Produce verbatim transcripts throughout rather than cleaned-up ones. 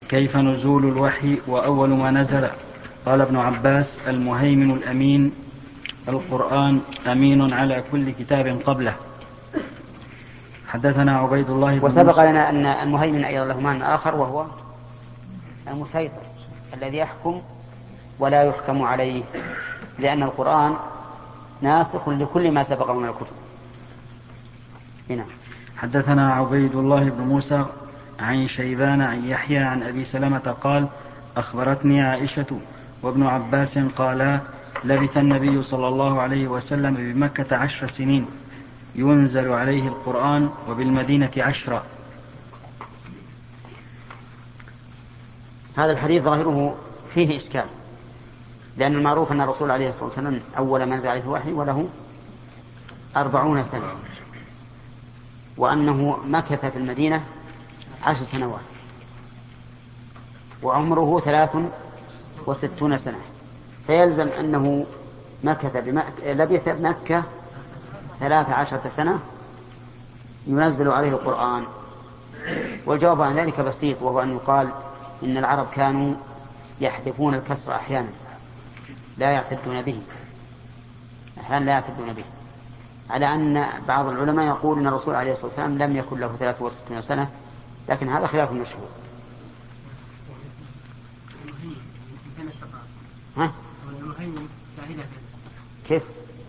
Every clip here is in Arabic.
كيف نزول الوحي وأول ما نزل؟ قال ابن عباس: المهيمن الأمين القرآن أمين على كل كتاب قبله. حدثنا عبيد الله بن وسبق لنا أن المهيمن أيضا له معنى آخر وهو المسيطر الذي يحكم ولا يحكم عليه، لأن القرآن ناسخ لكل ما سبق من الكتب. هنا حدثنا عبيد الله بن موسى عن شيبان عن يحيى عن أبي سلمة قال: أخبرتني عائشة وابن عباس قالا: لبث النبي صلى الله عليه وسلم بمكة عشر سنين ينزل عليه القرآن وبالمدينة عشرا. هذا الحديث ظاهره فيه إشكال، لأن المعروف أن الرسول عليه الصلاة والسلام أول ما نزل عليه الوحي وله أربعون سنة، وأنه مكث في المدينة عشر سنوات، وعمره ثلاث وستون سنة، فيلزم أنه مكث بمكة لبث بمكة ثلاث عشرة سنة ينزل عليه القرآن. والجواب عن ذلك بسيط، وهو أن يقال إن العرب كانوا يحذفون الكسر أحيانا لا يعتدون به، أحيانا لا يعتدون به، على أن بعض العلماء يقول أن الرسول عليه الصلاة والسلام لم يكن له ثلاث وستون سنة، لكن هذا خلاف المشهور. ها؟ كيف؟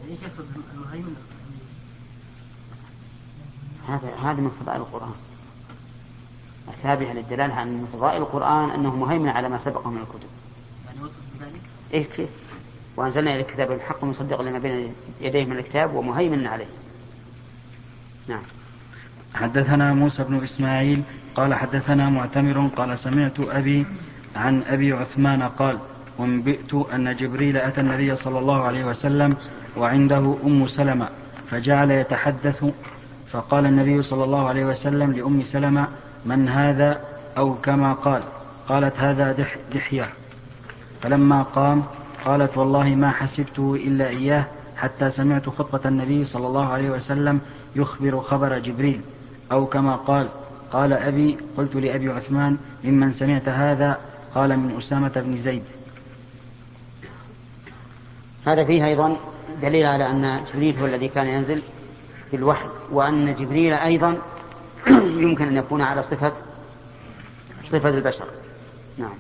هذا هذا من فضائل القرآن، التابعة للدلالة عن من فضائل القرآن أنه مهيمن على ما سبقه من الكتب. يعني وصف بذلك؟ إيه كيف؟ وأنزلنا إلى الكتاب بالحق مصدقا لما بين يديه من الكتاب ومهيمن عليه. نعم. حدثنا موسى بن إسماعيل قال حدثنا معتمر قال سمعت أبي عن أبي عثمان قال: وانبئت أن جبريل أتى النبي صلى الله عليه وسلم وعنده أم سلمة فجعل يتحدث، فقال النبي صلى الله عليه وسلم لأم سلمة: من هذا؟ أو كما قال. قالت: هذا دح دحية. فلما قام قالت: والله ما حسبته إلا إياه حتى سمعت خطبة النبي صلى الله عليه وسلم يخبر خبر جبريل، أو كما قال. قال أبي: قلت لأبي عثمان: ممن سمعت هذا؟ قال: من أسامة بن زيد. هذا فيه أيضا دليل على أن جبريل هو الذي كان ينزل بالوحي، وأن جبريل أيضا يمكن أن يكون على صفة صفة البشر. نعم.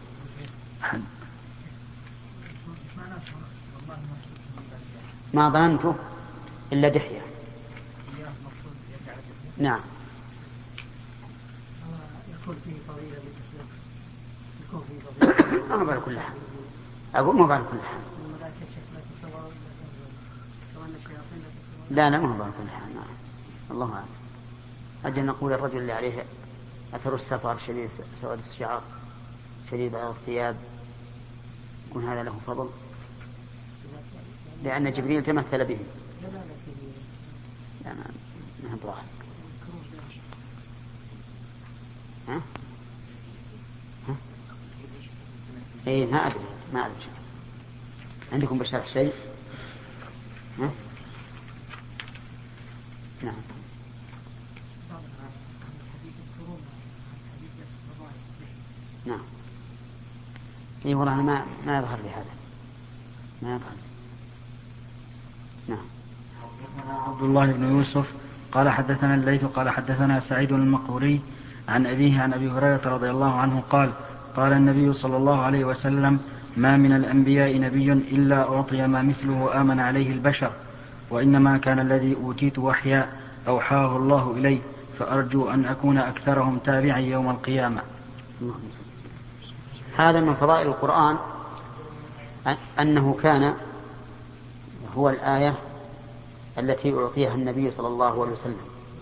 ما ظننته إلا دحية. نعم. ما بعد كل حال أقول ما بعد كل حال لا لا ما بعد كل حال. نعم. الله أعلم. أجل نقول الرجل اللي عليه أثر السفر شديد سواد الشعر شديد على الثياب يكون هذا له فضل، لأن جبريل تمثل به. لا ما هو براحة. ها؟ ها؟ إيه ما أدري ما أدري شيء. عندكم بشرح شيء؟ ها؟ نعم. نعم. إيه والله ما ما يظهر لي هذا ما يظهر لي. نعم. عبد الله بن يوسف قال حدثنا الليث قال حدثنا سعيد المقبوري عن أبيه عن أبي هريرة رضي الله عنه قال: قال النبي صلى الله عليه وسلم: ما من الأنبياء نبي إلا أعطي ما مثله آمن عليه البشر، وإنما كان الذي أوتيت وحيا أوحاه الله إلي، فأرجو أن أكون أكثرهم تابعا يوم القيامة. هذا من فضائل القرآن أنه كان هو الآية التي أعطيها النبي صلى الله عليه وسلم،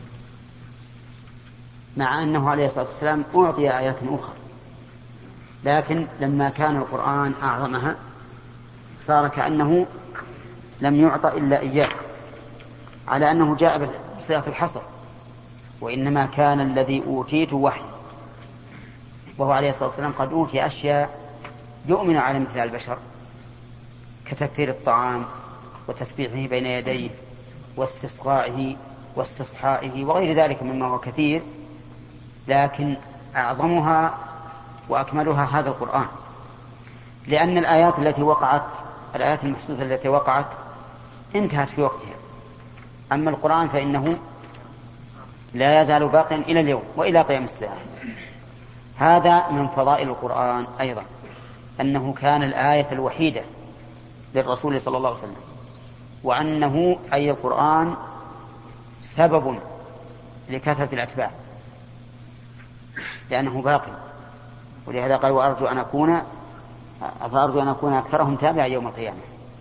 مع أنه عليه الصلاة والسلام أعطي آيات أخرى، لكن لما كان القرآن أعظمها صار كأنه لم يعطى إلا إياه، على أنه جاء بصيغة الحصر: وإنما كان الذي أوتيت وحي. وهو عليه الصلاة والسلام قد أوتي أشياء يؤمن على مثل البشر كتكثير الطعام وتسبيحه بين يديه واستسقائه واستصحائه وغير ذلك مما هو كثير، لكن أعظمها وأكملها هذا القرآن، لأن الآيات التي وقعت الآيات المحسوسة التي وقعت انتهت في وقتها. أما القرآن فإنه لا يزال باقيا إلى اليوم وإلى قيام الساعة. هذا من فضائل القرآن أيضا، أنه كان الآية الوحيدة للرسول صلى الله عليه وسلم، وأنه أي القرآن سبب لكثرة الأتباع لأنه باقي. ولهذا قال وأرجو أن أكون فأرجو أن أكون أكثرهم تابعا يوم القيامة.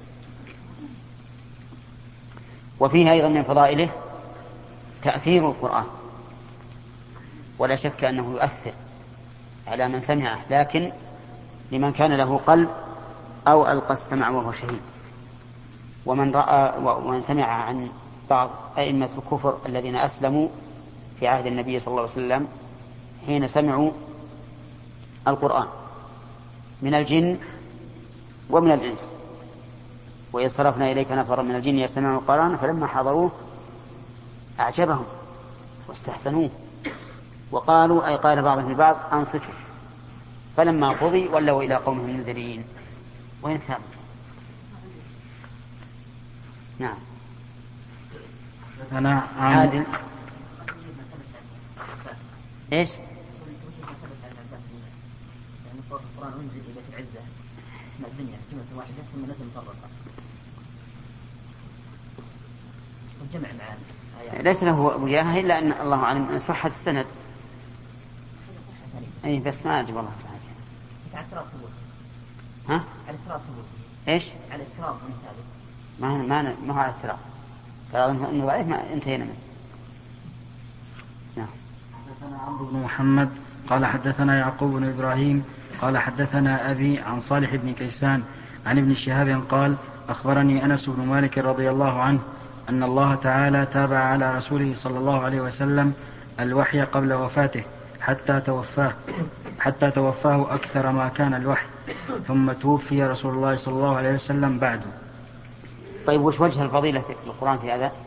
وفيها أيضا من فضائله تأثير القرآن، ولا شك أنه يؤثر على من سمعه، لكن لمن كان له قلب أو ألقى السمع وهو شهيد. ومن رأى ومن سمع عن بعض أئمة الكفر الذين أسلموا في عهد النبي صلى الله عليه وسلم حين سمعوا القرآن من الجن ومن الإنس، وإذ صرفنا إليك نفرا من الجن يستمعون القرآن فلما حضروه أعجبهم واستحسنوه وقالوا أي قال بعضهم البعض أنصتوا، فلما قضي ولوا إلى قومهم منذرين. وين ثابت؟ نعم. أنا عادل إيش؟ القرآن أنزل إلى العزة من الدنيا جملة واحدة ثم نزل مفرقة والجمع معاني. ليس له وجاهه إلا أن الله أعلم أن صحة السند. أي بس ما أجب والله صحيح. على الاضطراب ثبوت. ها؟ على الاضطراب ثبوت. إيش؟ على الاضطراب من ثابت. ما ما ما هو على الاضطراب. ترى إنه ضعيف ما انتهينا منه. نعم. حدثنا عمرو بن محمد قال حدثنا يعقوب بن إبراهيم قال حدثنا أبي عن صالح بن كيسان عن ابن شهاب قال أخبرني أنس بن مالك رضي الله عنه أن الله تعالى تابع على رسوله صلى الله عليه وسلم الوحي قبل وفاته حتى توفاه حتى توفاه أكثر ما كان الوحي، ثم توفي رسول الله صلى الله عليه وسلم بعده. طيب وش وجه الفضيلة في القرآن في هذا؟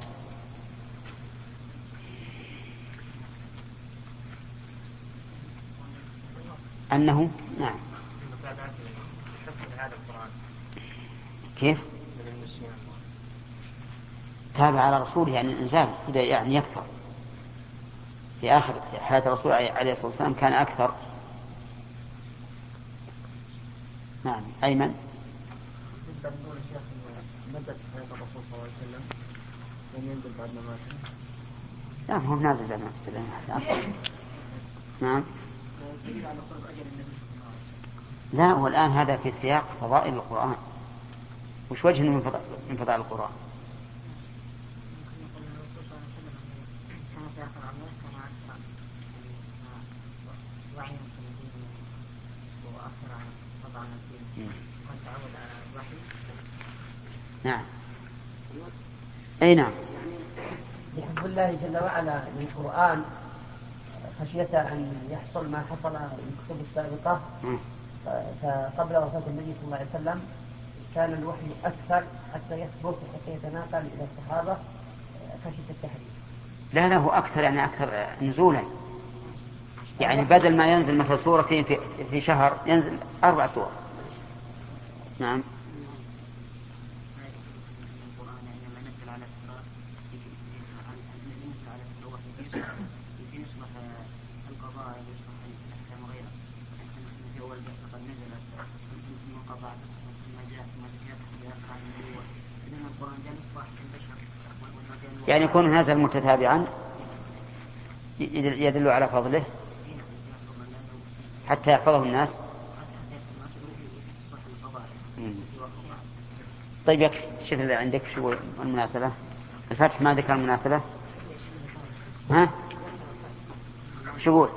أنه نعم. كيف؟ تابع على رسوله يعني الإنزال يعني يكثر. في آخر حياة الرسول عليه الصلاة والسلام كان أكثر. نعم. أيمن. لا هو نازل بعد ما نعم. لا والآن هذا في سياق فضائل القرآن. وش وجه من فضائل القرآن؟ نعم. أي نعم. لحب الله جل وعلا من القرآن خشية أن يحصل ما حصل في الكتب السابقة. فقبل وفاة النبي صلى الله عليه وسلم كان الوحي أكثر حتى يثبت وحتى يتناقل إلى الصحابة خشية التحريف. لا لا هو أكثر يعني أكثر نزولا، يعني بدل ما ينزل مثل سورتين في, في شهر ينزل أربع سور. نعم. يعني يكون نازل متتابعا يدل على فضله حتى يحفظه الناس. طيب يكفي. شوف اللي عندك شو المناسبة. الفتح ما ذكر المناسبة. ها شو قول؟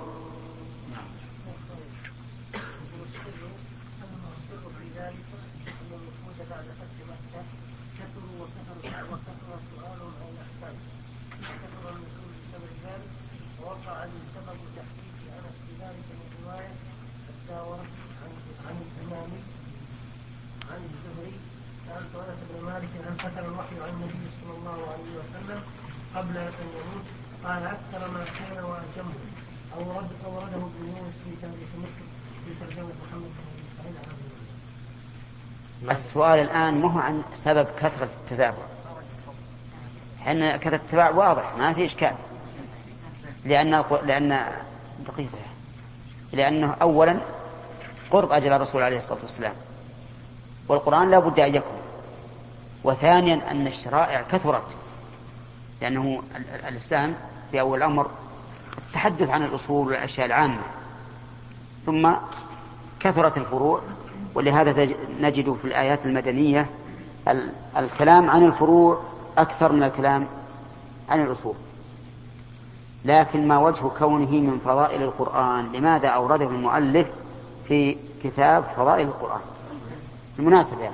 قبل أن يموت قال أكثر ما كان وأتمه. أورده ابن يونس في تاريخ مسلم السؤال الآن مو عن سبب كثرة التتابع، حين كثرة التتابع واضح ما في إشكال، لأن لأن دقيقة لأنه أولا قرب أجل الرسول عليه الصلاة والسلام، والقرآن لا بد أن يكون، وثانيا أن الشرائع كثرت، لأنه الإسلام في أول الأمر التحدث عن الأصول والأشياء العامة، ثم كثرت الفروع، ولهذا نجد في الآيات المدنية الكلام عن الفروع أكثر من الكلام عن الأصول. لكن ما وجه كونه من فضائل القرآن؟ لماذا أورده المؤلف في كتاب فضائل القرآن؟ المناسب يعني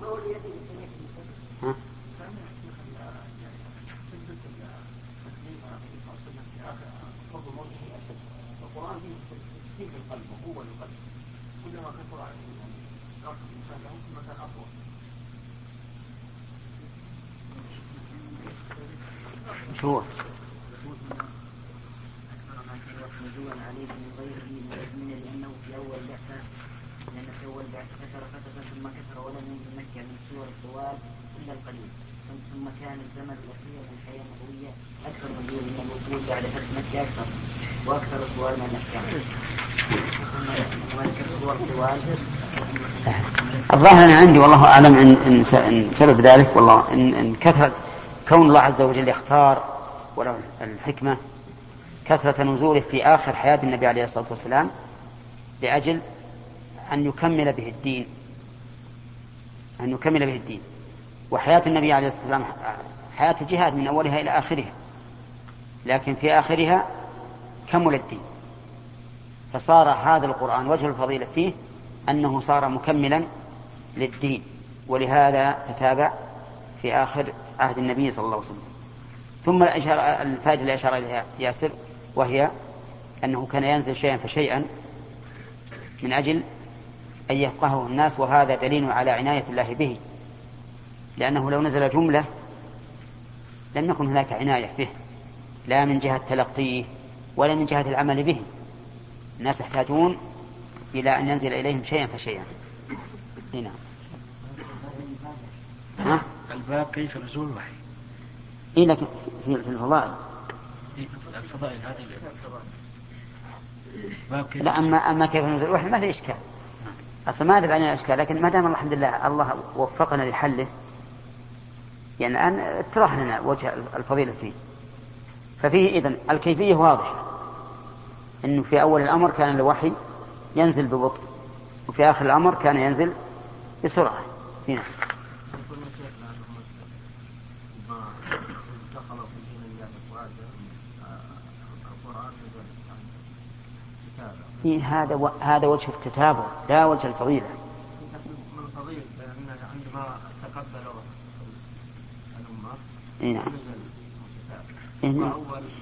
ها؟ شو لأنه في أول بعثة لأن في أول بعثة كثر فترة ثم كثر ولم ينزل مكة من سور الطوال إلا القليل، ثم كان الزمن الأخير من الحياة النبوية أكثر نزول من الوصول بعد فتح مكة أكثر وأكثر الطوال من الأحكام. الظاهر أنا عندي والله أعلم إن, إن سبب ذلك والله إن, إن كثرة كون الله عز وجل يختار ولو الحكمة كثرة نزوله في آخر حياة النبي عليه الصلاة والسلام لأجل أن يكمل به الدين أن يكمل به الدين وحياة النبي عليه الصلاة والسلام حياة جهاد من أولها إلى آخرها، لكن في آخرها كمل الدين، فصار هذا القرآن وجه الفضيلة فيه أنه صار مكملا للدين، ولهذا تتابع في آخر عهد النبي صلى الله عليه وسلم. ثم الفائدة اللي أشار إليها ياسر وهي أنه كان ينزل شيئا فشيئا من أجل أن يفقهه الناس، وهذا دليل على عناية الله به، لأنه لو نزل جملة لم يكن هناك عناية به لا من جهة تلقيه ولا من جهة العمل به. الناس يحتاجون إلى أن ينزل إليهم شيئا فشيئا. هنا ها؟ الباقي في نزول الوحي. إيه لكن في الفضائل الفضائل هذه باقي. لا أما أما كيف نزول الوحي ما في إشكال، أصلا ما أدري عن الإشكال، لكن ما دام الله الحمد لله الله وفقنا لحله، يعني الآن اتضح لنا وجه الفضيلة فيه. ففيه إذن الكيفية واضحة، إنه في أول الأمر كان الوحي ينزل ببطء، وفي آخر الأمر كان ينزل بسرعة. هنا هذا و... هذا وجه التتابع لا وجه الفضيلة. من الفضيلة لأن عندما تقبلوا الأمة نعم. نزل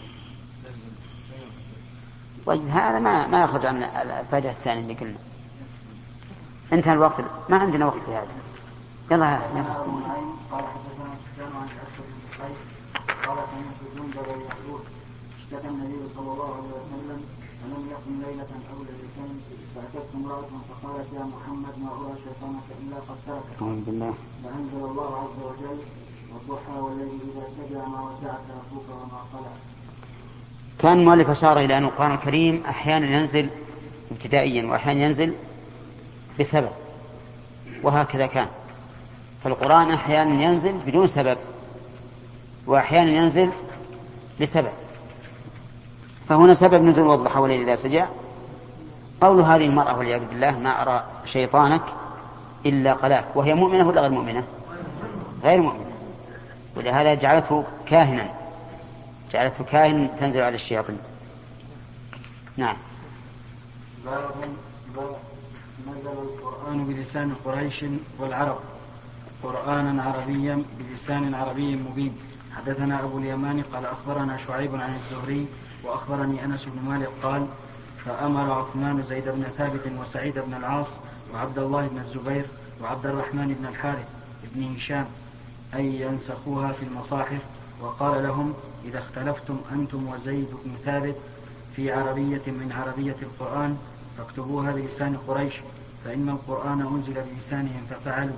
طيب هذا ما ما يخرج عن الفائدة الثانية اللي قلنا. انتهى الوقت، ما عندنا وقت في هذا. يلا يلا. قال حدثنا سفيان عن أسد بن قيس قال سمعت جندب يقول اشتكى النبي صلى الله عليه وسلم فلم يقم ليلة أو ليلتين فأتت امرأة فقالت يا محمد ما أرى شيطانك إلا قد تركك. أعوذ بالله. فأنزل الله عز وجل والضحى والليل إذا سجى ما ودعك ربك وما قلى. كان المؤلف أشار إلى أن القرآن الكريم أحيانا ينزل ابتدائيا وأحيانا ينزل بسبب، وهكذا كان. فالقرآن أحيانا ينزل بدون سبب وأحيانا ينزل بسبب. فهنا سبب نزول والضحى والليل إذا سجى قول هذه المرأة والعياذ بالله ما أرى شيطانك إلا قلاك، وهي مؤمنة ولا غير مؤمنة؟ غير مؤمنة، ولهذا جعلته كاهنا جعلته كاهن تنزل على الشياطين. نعم. باب باب نزل القرآن بلسان قريش والعرب قرآنا عربيا بلسان عربي مبين. حدثنا أبو اليمان قال أخبرنا شعيب عن الزهري وأخبرني أنس بن مالك قال فأمر عثمان زيد بن ثابت وسعيد بن العاص وعبد الله بن الزبير وعبد الرحمن بن الحارث بن هشام أن ينسخوها في المصاحف، وقال لهم إذا اختلفتم أنتم وزيد بن ثابت في عربية من عربية القرآن فاكتبوها بلسان قريش فإن القرآن أنزل بلسانهم ففعلوا.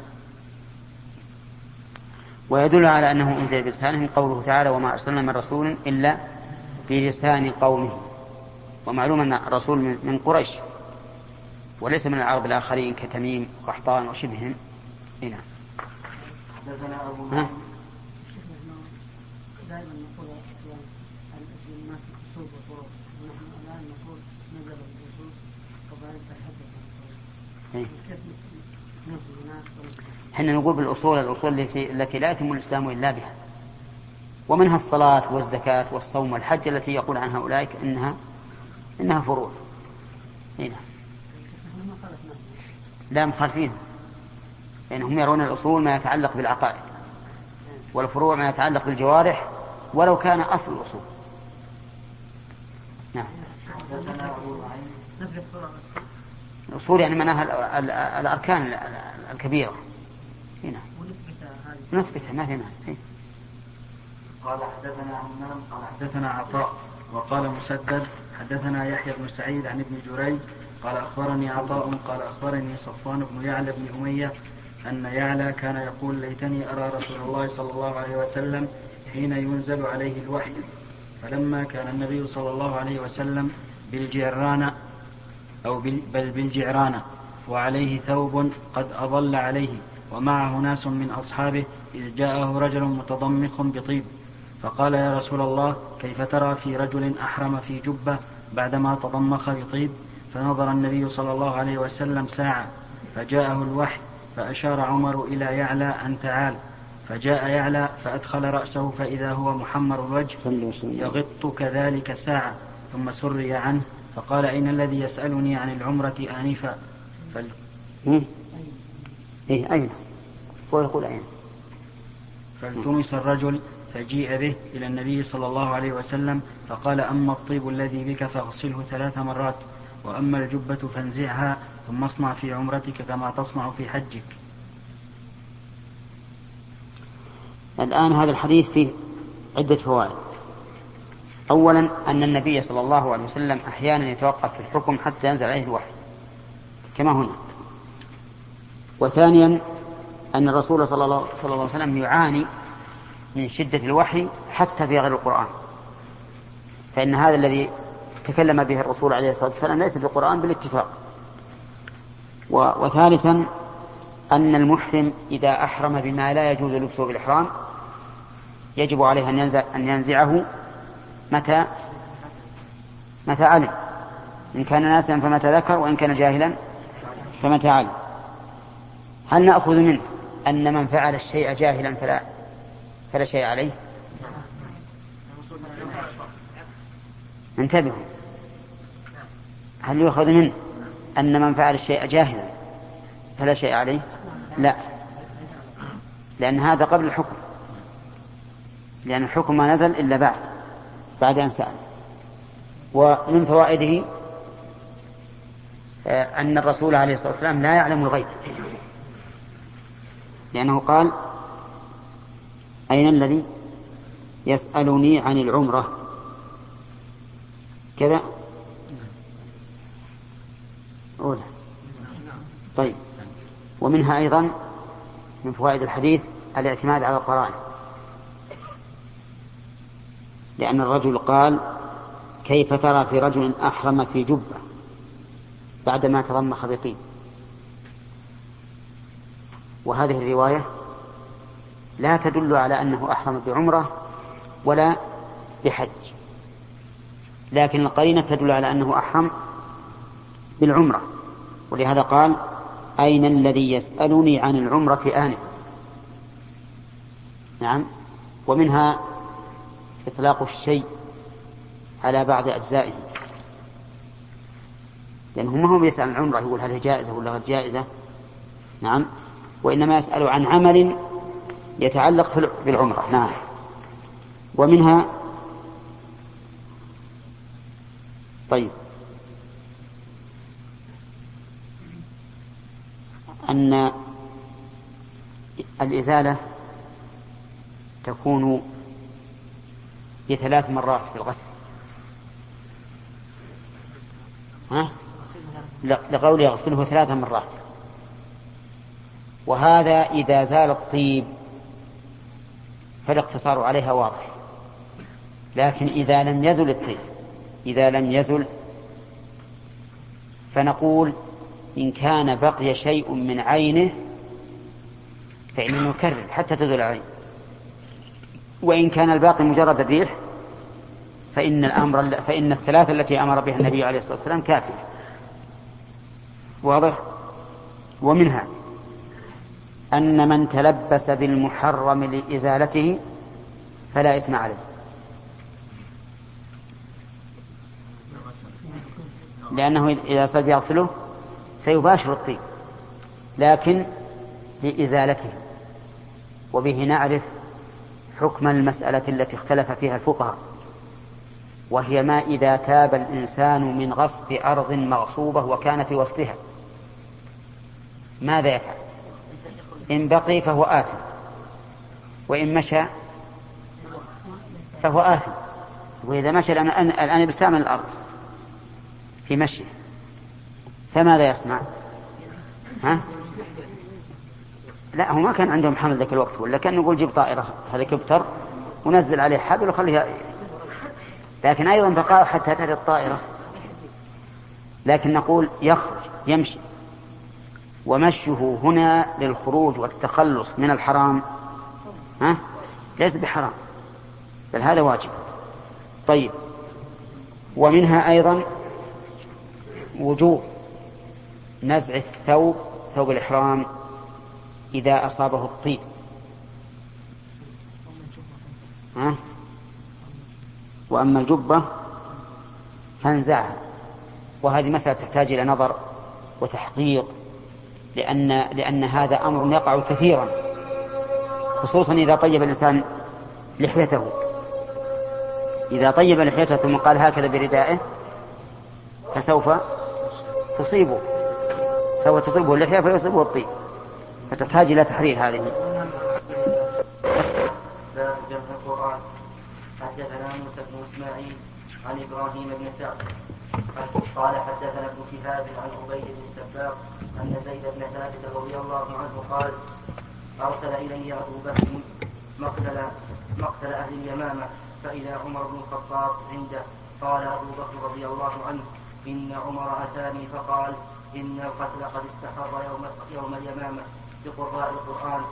ويدل على أنه أنزل بلسانهم قوله تعالى وما أرسلنا من رسول إلا بلسان قومه. ومعلوم أن الرسول من قريش وليس من العرب الآخرين كتميم وقحطان وشبههم. هنا حدثنا أبو ها؟ دائما نقول الناس الأصول والفروع ونحن الآن نقول نزل الأصول وبعدين تحدث كيف نزل الناس. حنا نقول بالأصول الأصول التي, التي لا يتم الإسلام إلا بها، ومنها الصلاة والزكاة والصوم والحج التي يقول عنها أولئك إنها إنها فروع. هنا لا مخالفين، لأنهم يرون الأصول ما يتعلق بالعقائد والفروع ما يتعلق بالجوارح ولو كان أصل الأصول. نعم. الأصول يعني معناها الأركان الكبيرة. هنا نثبتها ما في معنى. قال حدثنا عمام قال حدثنا عطاء وقال مسدد حدثنا يحيى بن سعيد عن ابن جريج قال أخبرني عطاء قال أخبرني صفوان بن يعلى بن أمية أن يعلى كان يقول ليتني أرى رسول الله صلى الله عليه وسلم حين ينزل عليه الوحي، فلما كان النبي صلى الله عليه وسلم بالجعرانة أو بل بالجعرانة وعليه ثوب قد أظل عليه ومعه ناس من أصحابه إذ جاءه رجل متضمخ بطيب فقال يا رسول الله كيف ترى في رجل أحرم في جبة بعدما تضمخ بطيب؟ فنظر النبي صلى الله عليه وسلم ساعة فجاءه الوحي فأشار عمر إلى يعلى أن تعال، فجاء يعلى فأدخل رأسه فإذا هو محمر الوجه يغط كذلك ساعة ثم سري عنه فقال أين الذي يسألني عن العمرة آنفا؟ فل... إيه أين؟ ويقول أين؟ فالتمس الرجل فجيء به إلى النبي صلى الله عليه وسلم فقال أما الطيب الذي بك فاغسله ثلاث مرات وأما الجبة فانزعها ثم اصنع في عمرتك كما تصنع في حجك. الآن هذا الحديث فيه عدة فوائد. أولا أن النبي صلى الله عليه وسلم أحيانا يتوقف في الحكم حتى ينزل عليه الوحي كما هنا. وثانيا أن الرسول صلى الله عليه وسلم يعاني من شدة الوحي حتى في غير القرآن، فإن هذا الذي تكلم به الرسول عليه الصلاة والسلام ليس بالقرآن بالاتفاق. وثالثا أن المحرم إذا أحرم بما لا يجوز لبسه بالإحرام يجب عليه أن ينزع أن ينزعه متى متى علم، إن كان ناسا فمتى ذكر وإن كان جاهلا فمتى علم. هل نأخذ منه أن من فعل الشيء جاهلا فلا فلا شيء عليه؟ انتبهوا، هل يأخذ منه أن من فعل الشيء جاهلا فلا شيء عليه؟ لا، لأن هذا قبل الحكم، لأن الحكم ما نزل إلا بعد بعد أن سأل. ومن فوائده أن الرسول عليه الصلاة والسلام لا يعلم الغيب، لأنه قال أين الذي يسألني عن العمرة كذا أولى. طيب، ومنها أيضا من فوائد الحديث الاعتماد على القرائن، لأن الرجل قال كيف ترى في رجل أحرم في جبة بعدما تضمخ بطيب، وهذه الرواية لا تدل على أنه أحرم بعمرة ولا بحج، لكن القرينة تدل على أنه أحرم بالعمرة، ولهذا قال أين الذي يسألني عن العمرة آنفا. نعم. ومنها إطلاق الشيء على بعض أجزائه، لأنه ما هو يسأل عن العمرة يقول هل هي جائزة ولا غير جائزة، نعم، وإنما يسأل عن عمل يتعلق بالعمرة. نعم. ومنها طيب أن الإزالة تكون بثلاث مرات في الغسل. ها؟ لقول يغسله ثلاث مرات. وهذا إذا زال الطيب فالاقتصار عليها واضح. لكن إذا لم يزل الطيب إذا لم يزل فنقول إن كان بقي شيء من عينه فإنه نكرر حتى تزول العين، وإن كان الباقي مجرد الريح فإن الأمر فإن الثلاثة التي أمر بها النبي عليه الصلاة والسلام كافية. واضح؟ ومنها أن من تلبس بالمحرم لإزالته فلا إثم عليه، لأنه إذا صار يغسله سيباشر الطيب لكن لإزالته. وبه نعرف حكم المسألة التي اختلف فيها الفقهاء، وهي ما إذا تاب الإنسان من غصب أرض مغصوبة وكان في وسطها ماذا يفعل؟ إن بقي فهو آثم، وإن مشى فهو آثم. وإذا مشى الآن بيستعمل الأرض في مشي فماذا يصنع؟ ها؟ لا، هو ما كان عندهم حمل ذاك الوقت، ولا كان نقول جيب طائرة هليكوبتر ونزل عليه حبل وخليها، لكن أيضا بقاء حتى تأتي الطائرة. لكن نقول يخرج يمشي، ومشه هنا للخروج والتخلص من الحرام ها؟ ليس بحرام، بل هذا واجب. طيب، ومنها أيضا وجوب نزع الثوب ثوب الإحرام إذا أصابه الطيب ها؟ وأما الجبة فانزعها، وهذه مسألة تحتاج إلى نظر وتحقيق، لأن, لأن هذا أمر يقع كثيرا، خصوصا إذا طيب الإنسان لحيته. إذا طيب لحيته ثم قال هكذا بردائه فسوف تصيبه سوف تصيبه اللحية فيصيبه الطيب، فتحتاج إلى تحرير هذه. باب جمع القرآن. حدثنا موسى بن إسماعيل عن إبراهيم بن سعد قال حدثنا ابن شهاب عن عبيد بن السباق أن زيد بن ثابت رضي الله عنه قال أرسل إلي أبو بكر مقتل مقتل أهل اليمامة، فإذا عمر بن الخطاب عنده. قال أبو بكر رضي الله عنه إن عمر أتاني فقال إن القتل قد استحر يوم, يوم اليمامة بقراء القرآن،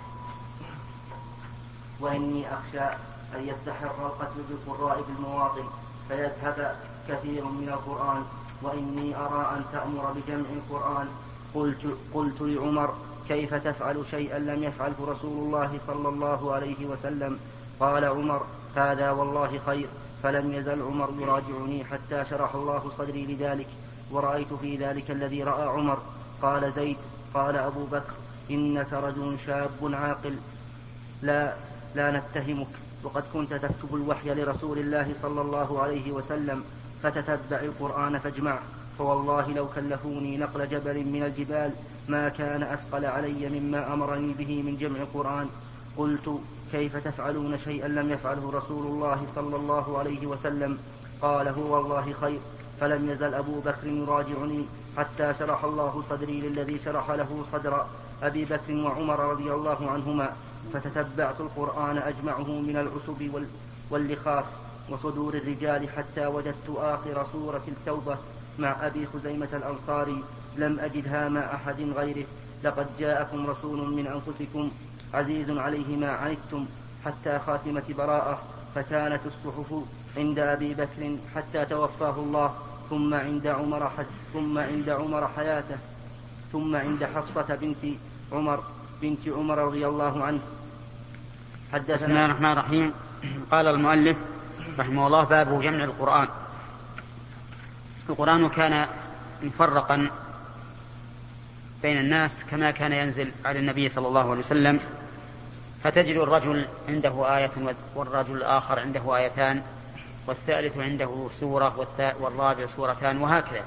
وإني أخشى أن يستحر القتل بالقراء بالمواطن فيذهب كثير من القرآن، وإني أرى أن تأمر بجمع القرآن. قلت, قلت لعمر كيف تفعل شيئا لم يفعله رسول الله صلى الله عليه وسلم؟ قال عمر هذا والله خير. فلم يزل عمر يراجعني حتى شرح الله صدري لذلك، ورأيت في ذلك الذي رأى عمر. قال زيد قال أبو بكر إنك رجل شاب عاقل لا, لا نتهمك، وقد كنت تكتب الوحي لرسول الله صلى الله عليه وسلم، فتتبع القرآن فاجمعه، فوالله لو كلفوني نقل جبل من الجبال ما كان أثقل علي مما أمرني به من جمع القرآن. قلت كيف تفعلون شيئا لم يفعله رسول الله صلى الله عليه وسلم؟ قال هو والله خير. فلم يزل أبو بكر يراجعني حتى شرح الله صدري للذي شرح له صدر أبي بكر وعمر رضي الله عنهما، فتتبعت القرآن أجمعه من العسب واللخاف وصدور الرجال حتى وجدت آخر سورة التوبة مع أبي خزيمة الأنصاري لم أجدها مع أحد غيره. لقد جاءكم رسول من أنفسكم عزيز عليه ما عنتم حتى خاتمة براءة. فكانت الصحف عند أبي بكر حتى توفاه الله، ثم عند عمر ثم عند عمر حياته، ثم عند حفصة بنت عمر بنت عمر رضي الله عنه. حدثنا. بسم الله الرحمن الرحيم. قال المؤلف رحمه الله باب جمع القرآن. القرآن كان مفرقا بين الناس كما كان ينزل على النبي صلى الله عليه وسلم، فتجد الرجل عنده آية والرجل الآخر عنده آيتان والثالث عنده سورة والرابع سورتان وهكذا.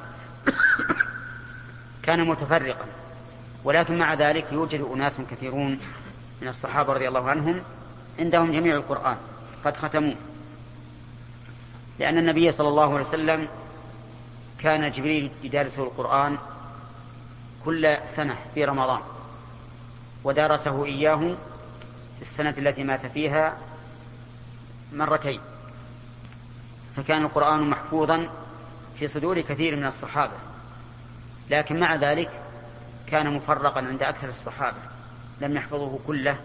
كان متفرقا، ولكن مع ذلك يوجد أناس كثيرون من الصحابة رضي الله عنهم عندهم جميع القرآن قد ختموه، لأن النبي صلى الله عليه وسلم كان جبريل يدارسه القرآن كل سنة في رمضان، ودارسه إياه في السنة التي مات فيها مرتين، فكان القرآن محفوظا في صدور كثير من الصحابة، لكن مع ذلك كان مفرقا عند أكثر الصحابة لم يحفظوه كله.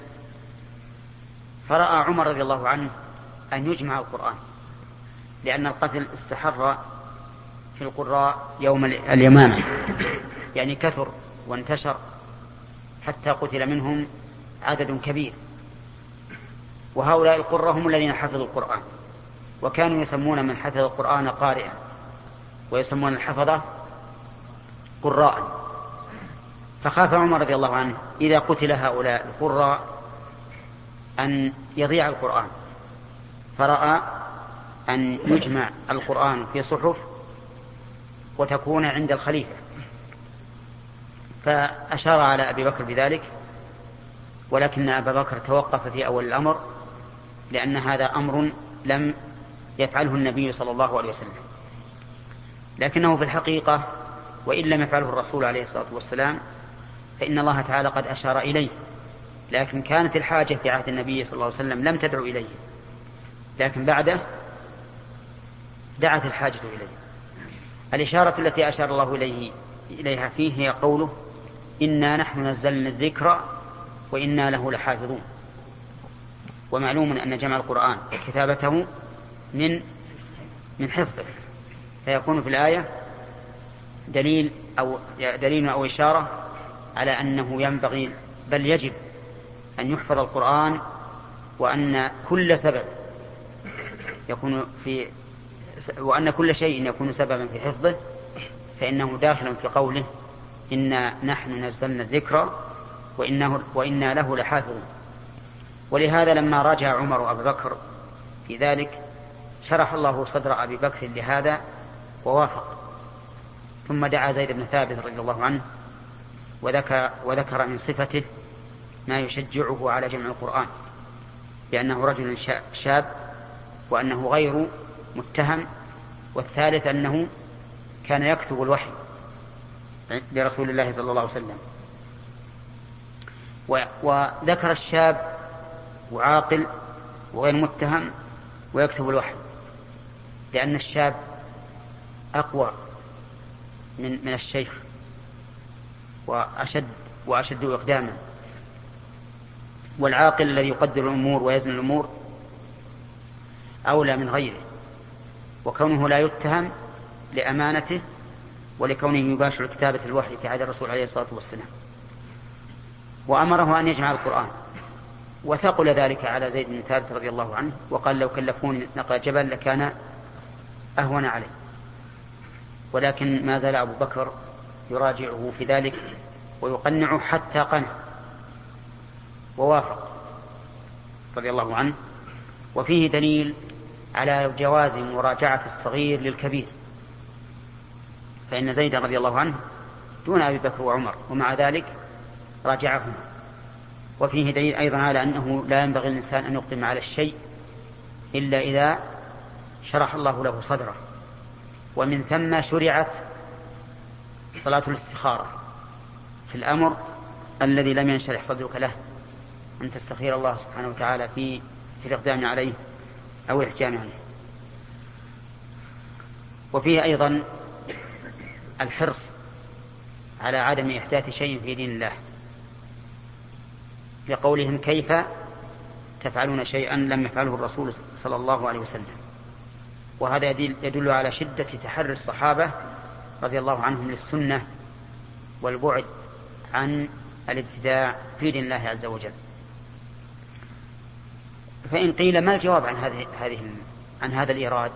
فرأى عمر رضي الله عنه أن يجمع القرآن، لأن القتل استحر في القراء يوم اليمامة، يعني كثر وانتشر حتى قتل منهم عدد كبير، وهؤلاء القراء هم الذين حفظوا القرآن، وكانوا يسمون من حفظ القرآن قارئا، ويسمون الحفظة قراء. فخاف عمر رضي الله عنه إذا قتل هؤلاء القراء أن يضيع القرآن، فرأى أن يجمع القرآن في صحف وتكون عند الخليفة، فأشار على أبي بكر بذلك، ولكن أبا بكر توقف في أول الأمر، لأن هذا أمر لم يفعله النبي صلى الله عليه وسلم، لكنه في الحقيقة وإن لم يفعله الرسول عليه الصلاة والسلام فإن الله تعالى قد أشار إليه، لكن كانت الحاجة في عهد النبي صلى الله عليه وسلم لم تدعو إليه، لكن بعده دعت الحاجة إليه. الإشارة التي أشار الله إليه إليها فيه هي قوله إنا نحن نزلنا الذكر وإنا له لحافظون. ومعلوم أن جمع القرآن وكتابته من من حفظه، فيكون في الآية دليل أو دليل أو إشارة على أنه ينبغي بل يجب أن يحفظ القرآن، وأن كل سبب يكون في وأن كل شيء يكون سببا في حفظه فإنه داخل في قوله إنا نحن نزلنا الذكر وإنه وإنا له لحافظون. ولهذا لما راجع عمر وأبو بكر في ذلك شرح الله صدر أبي بكر لهذا ووافق، ثم دعا زيد بن ثابت رضي الله عنه وذكر, وذكر من صفته ما يشجعه على جمع القرآن، لأنه رجل شاب وأنه غير متهم، والثالث أنه كان يكتب الوحي لرسول الله صلى الله عليه وسلم. وذكر الشاب وعاقل وغير متهم ويكتب الوحي، لأن الشاب أقوى من من الشيخ وأشد وأشد إقداما، والعاقل الذي يقدر الأمور ويزن الأمور أولى من غيره، وكونه لا يتهم لأمانته ولكونه يباشر كتابة الوحي في عهد الرسول عليه الصلاة والسلام. وأمره أن يجمع القرآن، وثقل ذلك على زيد بن ثابت رضي الله عنه، وقال لو كلفوني نقل جبل لكان أهون عليه. ولكن ما زال أبو بكر يراجعه في ذلك ويقنعه حتى قنع ووافق رضي الله عنه. وفيه دليل على جواز مراجعة الصغير للكبير، فإن زيد رضي الله عنه دون أبي بكر وعمر ومع ذلك راجعهما. وفيه دليل أيضا على أنه لا ينبغي الإنسان أن يقدم على الشيء إلا إذا شرح الله له صدره، ومن ثم شرعت صلاة الاستخارة في الأمر الذي لم ينشرح صدرك له، أن تستخير الله سبحانه وتعالى في في الإقدام عليه أو الإحجام عليه. وفيه أيضا الحرص على عدم إحداث شيء في دين الله، لقولهم كيف تفعلون شيئا لم يفعله الرسول صلى الله عليه وسلم. وهذا يدل على شدة تحري الصحابة رضي الله عنهم للسنة والبعد عن الابتداع في دين الله عز وجل. فإن قيل ما الجواب عن هذه هذه عن هذا الإيراد؟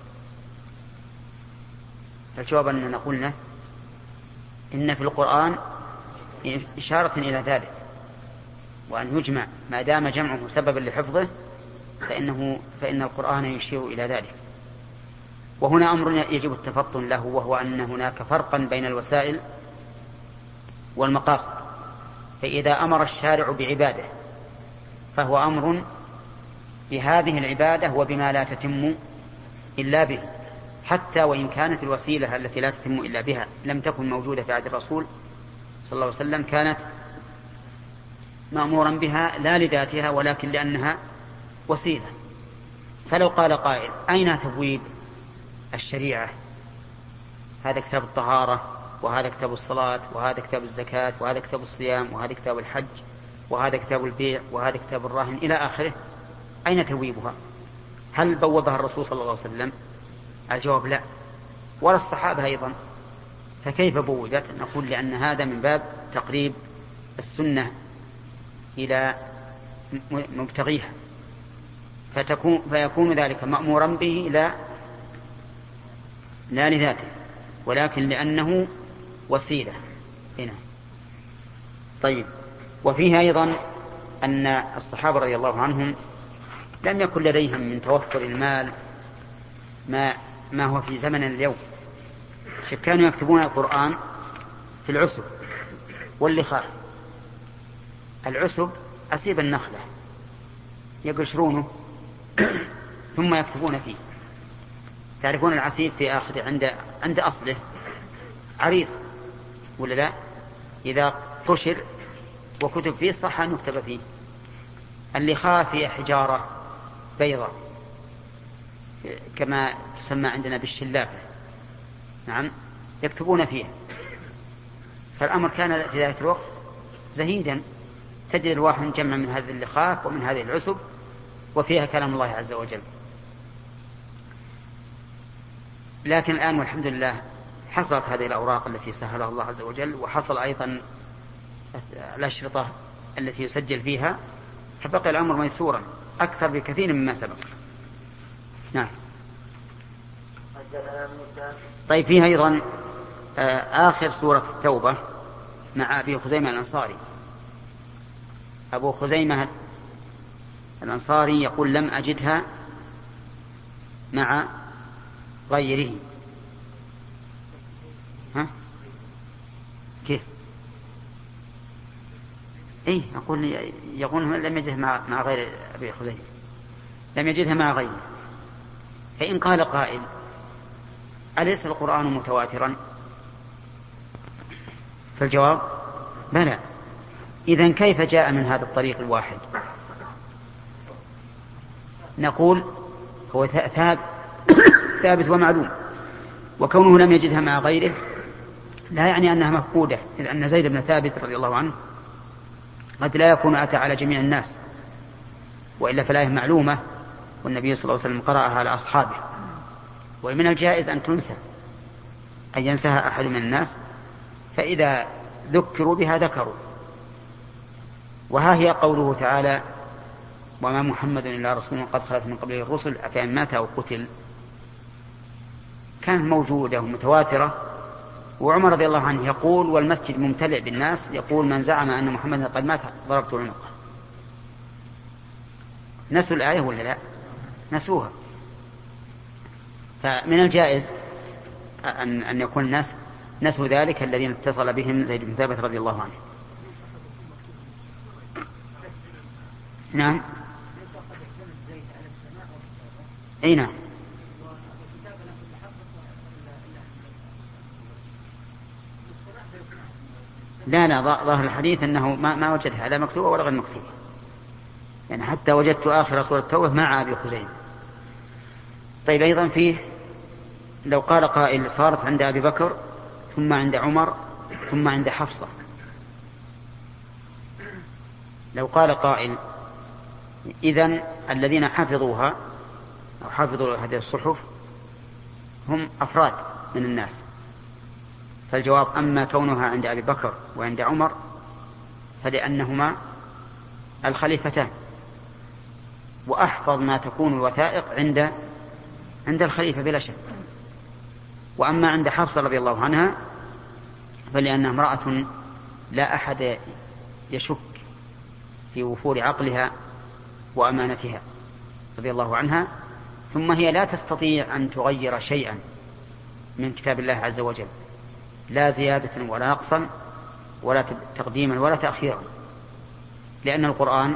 الجواب أننا قلنا إن في القرآن إشارة إلى ذلك، وأن يجمع ما دام جمعه سببا لحفظه فإنه فإن القرآن يشير إلى ذلك. وهنا أمر يجب التفطن له، وهو أن هناك فرقا بين الوسائل والمقاصد. فإذا أمر الشارع بعبادة فهو أمر بهذه العبادة وبما لا تتم إلا به، حتى وإن كانت الوسيلة التي لا تتم إلا بها لم تكن موجودة في عهد الرسول صلى الله عليه وسلم، كانت مأمورا بها لا لذاتها ولكن لأنها وسيلة. فلو قال قائل أين تبويب الشريعة؟ هذا كتاب الطهارة، وهذا كتاب الصلاة، وهذا كتاب الزكاة، وهذا كتاب الصيام، وهذا كتاب الحج، وهذا كتاب البيع، وهذا كتاب الراهن إلى آخره، أين تبويبها؟ هل بوبها الرسول صلى الله عليه وسلم؟ الجواب لا، ولا الصحابة أيضا. فكيف بوبت؟ نقول لأن هذا من باب تقريب السنة إلى مبتغيها، فتكون فيكون ذلك مأمورا به لا لا لذاته ولكن لأنه وسيلة هنا. طيب، وفيه أيضا أن الصحابة رضي الله عنهم لم يكن لديهم من توفر المال ما, ما هو في زمن اليوم، كانوا يكتبون القرآن في العسب واللخاف. العسب أسيب النخلة يقشرونه ثم يكتبون فيه. تعرفون العسيب في آخر عند عند أصله عريض ولا لا؟ إذا قشر وكتب فيه صح أن يكتب فيه. اللخاف هي حجارة بيضاء كما تسمى عندنا بالشلافة، نعم، يكتبون فيها. فالأمر كان في ذلك الوقت زهيدا، تجد الواحد جمع من هذه اللخاف ومن هذه العسب وفيها كلام الله عز وجل. لكن الآن والحمد لله حصلت هذه الأوراق التي سهلها الله عز وجل، وحصل أيضا الأشرطة التي يسجل فيها، فبقى الأمر ميسورا أكثر بكثير مما سبق. نعم. طيب، فيها أيضا آخر سورة التوبة مع أبي خزيمة الأنصاري. أبو خزيمة الأنصاري يقول لم أجدها مع غيره. ها؟ كيف؟ إيه، أقول يقول لم يجدها مع, مع غير أبي خزيمة، لم يجدها مع غيره. فإن قال قائل أليس القرآن متواترا؟ فالجواب بلى. إذن كيف جاء من هذا الطريق الواحد؟ نقول هو ثابت ومعلوم، وكونه لم يجدها مع غيره لا يعني أنها مفقودة، إذ أن زيد بن ثابت رضي الله عنه قد لا يكون أتى على جميع الناس، وإلا فالآية معلومة والنبي صلى الله عليه وسلم قرأها على أصحابه. ومن الجائز أن تنسى، أن ينساها أحد من الناس، فإذا ذكروا بها ذكروا. وها هي قوله تعالى وما محمد إلا رسول قد خلت من قبله الرسل أفإن مات أو قتل، كانت موجودة ومتواترة. وعمر رضي الله عنه يقول والمسجد ممتلئ بالناس، يقول من زعم أن محمد قد مات ضربت عنقه. نسوا الآية ولا لا؟ نسوها. فمن الجائز أن, أن يكون الناس نسوا ذلك الذين اتصل بهم زيد بن ثابت رضي الله عنه. نعم. أي نعم. لا لا ظاهر الحديث أنه ما, ما وجدها لا مكتوبة ولا غير مكتوبة، يعني حتى وجدت آخر سورة التوبة مع أبي خزيمة. طيب، أيضا فيه لو قال قائل صارت عند أبي بكر ثم عند عمر ثم عند حفصة، لو قال قائل إذن الذين حفظوها أو حفظوا هذه الصحف هم أفراد من الناس، فالجواب أما كونها عند أبي بكر وعند عمر فلأنهما الخليفتان، وأحفظ ما تكون الوثائق عند عند الخليفة بلا شك. وأما عند حفصة رضي الله عنها فلأنها امرأة لا أحد يشك في وفور عقلها وأمانتها رضي الله عنها، ثم هي لا تستطيع أن تغير شيئا من كتاب الله عز وجل، لا زيادة ولا نقصا ولا تقديما ولا تأخيرا، لأن القرآن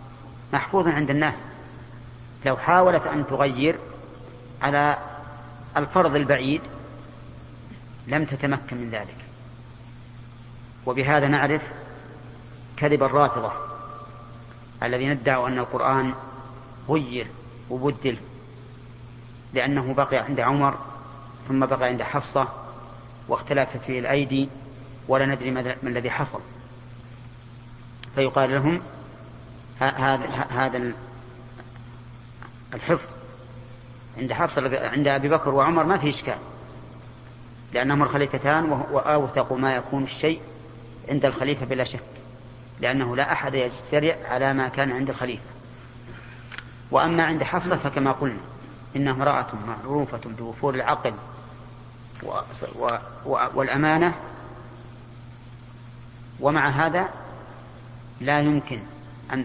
محفوظ عند الناس. لو حاولت أن تغير على الفرض البعيد لم تتمكن من ذلك. وبهذا نعرف كذب الرافضة الذين ادعوا أن القرآن غير وبدل، لأنه بقي عند عمر ثم بقي عند حفصة واختلفت فيه الأيدي ولا ندري ما الذي حصل، فيقال لهم هذا هذا الحفظ عند حفصة عند أبي بكر وعمر ما فيه إشكال، لأنهما الخليفتان وأوثق ما يكون الشيء عند الخليفة بلا شك، لأنه لا أحد يجترئ على ما كان عند الخليفة. وأما عند حفصة فكما قلنا إنها امرأة معروفة بوفور العقل والأمانة، ومع هذا لا يمكن أن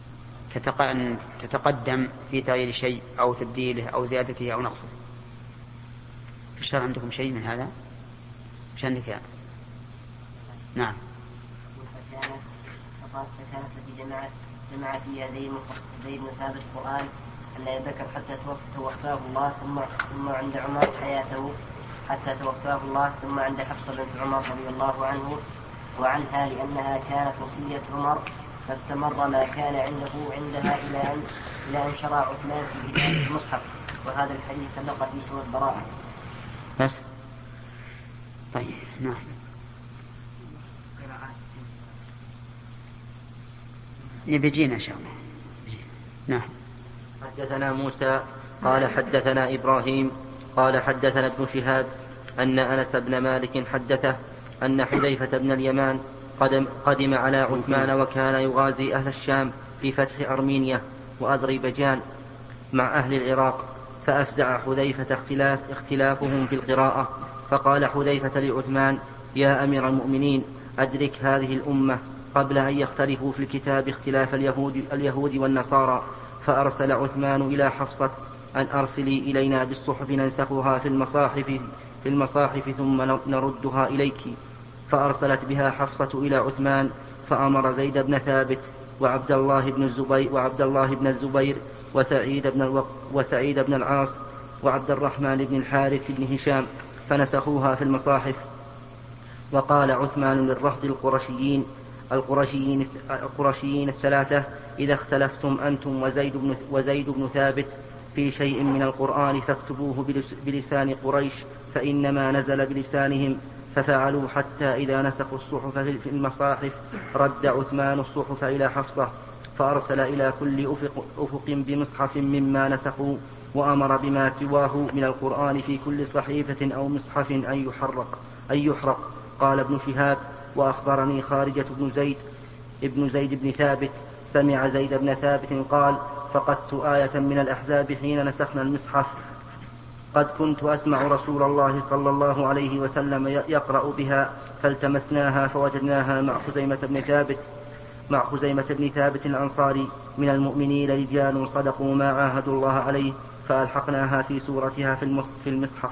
تتقدم في تغيير شيء أو تبديله أو زيادته أو نقصه. في الشرع عندكم شيء من هذا؟ مش عندك يعني؟ نعم. فكانت التي جمعت جمعت في يدي زيد بن ثابت القرآن ألا يذكر حتى توفاه الله ثم ثم عند عمر حياته حتى توفاه الله ثم عند حفصة بنت عمر رضي الله عنه وعنها لأنها كانت وصية عمر فاستمر ما كان عنده عندها إلى أن إلى أن شرع عثمان في كتاب المصحف، وهذا الحديث سبق في سورة البراءة. بس طيب نعم. يبيجينا إن شاء الله. نعم. حدثنا موسى قال حدثنا إبراهيم قال حدثنا ابن شهاب أن أنس بن مالك حدثه أن حذيفة بن اليمان قدم, قدم على عثمان وكان يغازي أهل الشام في فتح أرمينيا وأذربيجان مع أهل العراق، فأفزع حذيفة اختلاف اختلافهم في القراءة، فقال حذيفة لعثمان: يا أمير المؤمنين أدرك هذه الأمة قبل أن يختلفوا في الكتاب اختلاف اليهود, اليهود والنصارى. فأرسل عثمان إلى حفصة أن أرسلي إلينا بالصحف ننسخها في المصاحف, في المصاحف ثم نردها إليك. فأرسلت بها حفصة إلى عثمان، فأمر زيد بن ثابت وعبد الله بن الزبير وعبد الله بن الزبير وسعيد بن الوق وسعيد بن العاص وعبد الرحمن بن الحارث بن هشام فنسخوها في المصاحف. وقال عثمان للرهط القرشيين القرشيين, القرشيين الثلاثة: إذا اختلفتم أنتم وزيد بن, وزيد بن ثابت في شيء من القرآن فاكتبوه بلسان قريش فإنما نزل بلسانهم. ففعلوا حتى إذا نسخوا الصحف في المصاحف رد عثمان الصحف إلى حفصة، فأرسل إلى كل أفق, أفق بمصحف مما نسخوا، وأمر بما سواه من القرآن في كل صحيفة أو مصحف أن يحرق, أن يحرق. قال ابن شهاب: وأخبرني خارجة بن زيد ابن زيد بن ثابت سمع زيد بن ثابت قال: فقدت آية من الأحزاب حين نسخنا المصحف، قد كنت أسمع رسول الله صلى الله عليه وسلم يقرأ بها، فالتمسناها فوجدناها مع خزيمة بن ثابت مع خزيمة بن ثابت الأنصاري من المؤمنين رجال صدقوا ما عاهدوا الله عليه، فألحقناها في سورتها في المصحف.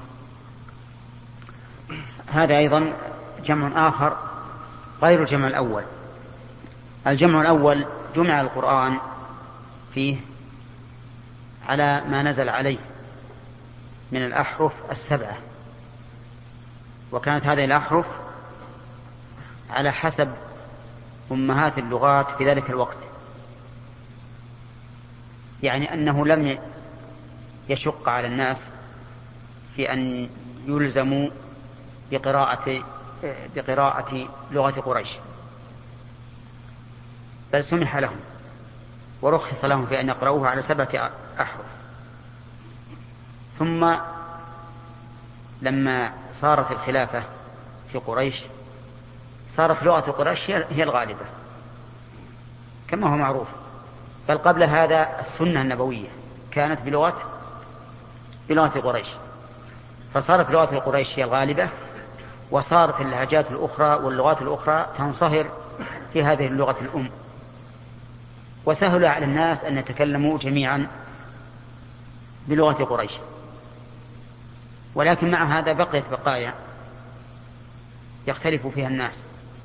هذا أيضا جمع آخر غير الجمع الأول. الجمع الأول جمع القرآن فيه على ما نزل عليه من الأحرف السبعة، وكانت هذه الأحرف على حسب أمهات اللغات في ذلك الوقت، يعني أنه لم يشق على الناس في أن يلزموا بقراءة, بقراءة لغة قريش، بل سمح لهم ورخص لهم في أن يقرأوها على سبعة أحرف. ثم لما صارت الخلافة في قريش صارت لغة قريش هي الغالبة كما هو معروف، بل قبل هذا السنة النبوية كانت بلغة بلغة قريش، فصارت لغة قريش هي الغالبة، وصارت اللهجات الأخرى واللغات الأخرى تنصهر في هذه اللغة الأم، وسهل على الناس أن يتكلموا جميعا بلغة قريش. ولكن مع هذا بقيت بقايا يختلف فيها الناس،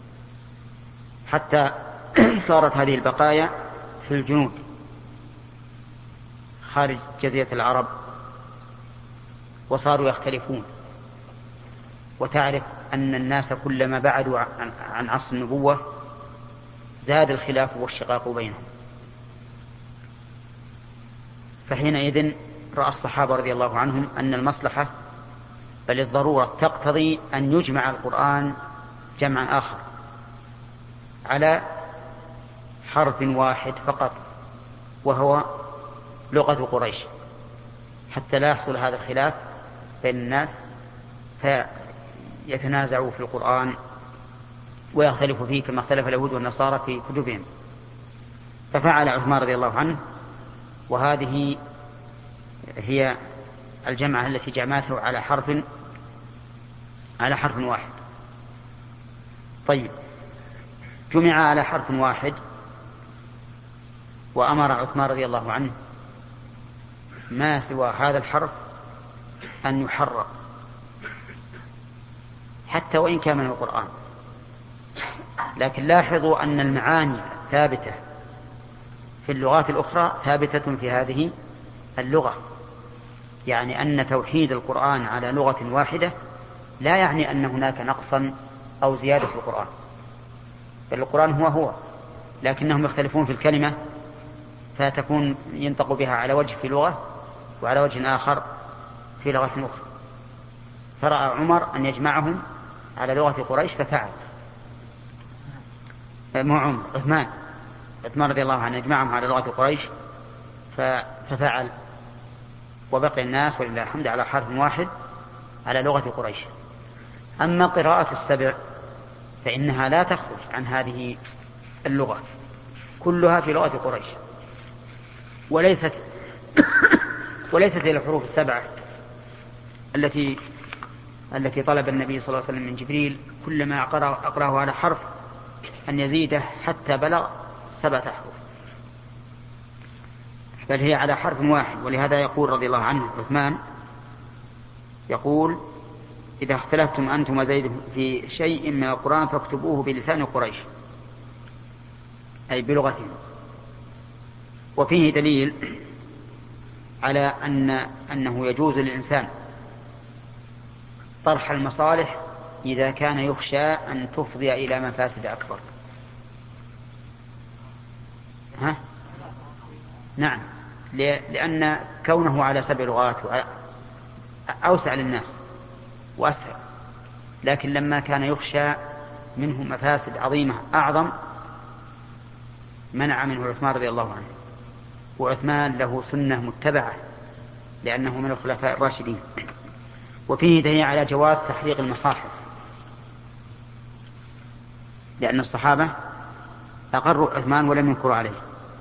حتى صارت هذه البقايا في الجنوب خارج جزيرة العرب وصاروا يختلفون. وتعرف أن الناس كلما بعدوا عن عصر النبوة زاد الخلاف والشقاق بينهم. فحينئذ رأى الصحابة رضي الله عنهم أن المصلحة بل الضرورة تقتضي أن يجمع القرآن جمعا آخر على حرف واحد فقط، وهو لغة قريش، حتى لا يحصل هذا الخلاف بين الناس فيتنازعوا في القرآن ويختلفوا فيه كما اختلف اليهود والنصارى في كتبهم. ففعل عثمان رضي الله عنه، وهذه هي الجمعة التي جمعته على حرف على حرف واحد. طيب، جمع على حرف واحد، وأمر عثمان رضي الله عنه ما سوى هذا الحرف أن يحرق حتى وإن كان من القرآن. لكن لاحظوا أن المعاني ثابتة في اللغات الأخرى ثابتة في هذه اللغة، يعني أن توحيد القرآن على لغة واحدة لا يعني أن هناك نقصا أو زيادة في القرآن، بل القرآن هو هو، لكنهم يختلفون في الكلمة فتكون ينطق بها على وجه في لغة وعلى وجه آخر في لغة أخرى. فرأى عمر أن يجمعهم على لغة قريش ففعل. مو عمر، عثمان عثمان رضي الله عنه يجمعهم على لغة قريش ففعل، وبقي الناس ولله الحمد على حرف واحد على لغة قريش. أما قراءة السبع فإنها لا تخرج عن هذه اللغة، كلها في لغة قريش، وليست وليست إلى الحروف السبعة التي التي طلب النبي صلى الله عليه وسلم من جبريل كلما أقرأه على حرف أن يزيده حتى بلغ سبعة أحرف، بل هي على حرف واحد. ولهذا يقول رضي الله عنه عثمان، يقول: إذا اختلفتم أنتم وزيد في شيء من القرآن فاكتبوه بلسان قريش، أي بلغتهم. وفيه دليل على أن أنه يجوز للإنسان طرح المصالح إذا كان يخشى أن تفضي إلى مفاسد أكبر. ها؟ نعم، لأن كونه على سبع لغات أوسع للناس وأسهل، لكن لما كان يخشى منه مفاسد عظيمة أعظم منع منه عثمان رضي الله عنه. وعثمان له سنة متبعة لأنه من الخلفاء الراشدين. وفيه دليل على جواز تحريق المصاحف، لأن الصحابة أقروا عثمان ولم ينكروا عليه،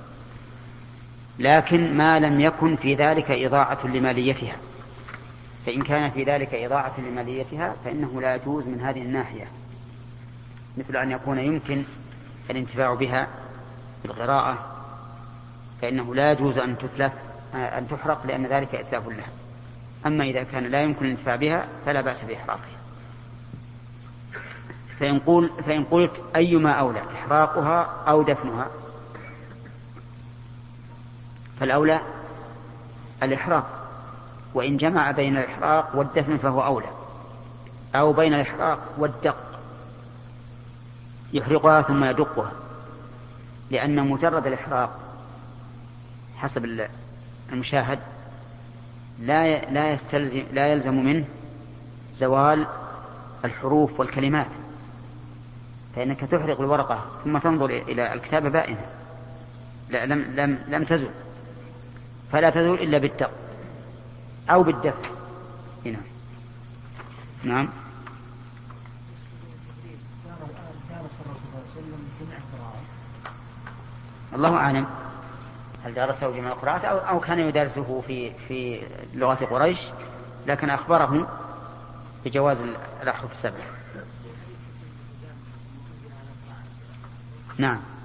لكن ما لم يكن في ذلك إضاعة لماليتها. فإن كان في ذلك إضاعة لماليتها فإنه لا يجوز من هذه الناحية، مثل أن يكون يمكن الانتفاع بها بالقراءة، فإنه لا يجوز أن تتلف أن تحرق لأن ذلك إتلاف لها. أما إذا كان لا يمكن الانتفاع بها فلا بأس بإحراقها. فإن, قول فإن قلت أيما أولى إحراقها أو دفنها، فالأولى الإحراق، وإن جمع بين الإحراق والدفن فهو أولى، أو بين الإحراق والدق، يحرقها ثم يدقها، لأن مجرد الإحراق حسب المشاهد لا لا يستلزم لا يلزم منه زوال الحروف والكلمات، فإنك تحرق الورقة ثم تنظر إلى الكتابة بائنة لا لم لم لم تزل، فلا تزول إلا بالدق أو بالدفع. هنا نعم. الله أعلم هل درسه جميع القراءات أو, أو كان يدرسه في في لغة قريش، لكن أخبره بجواز الأحرف السبع. نعم.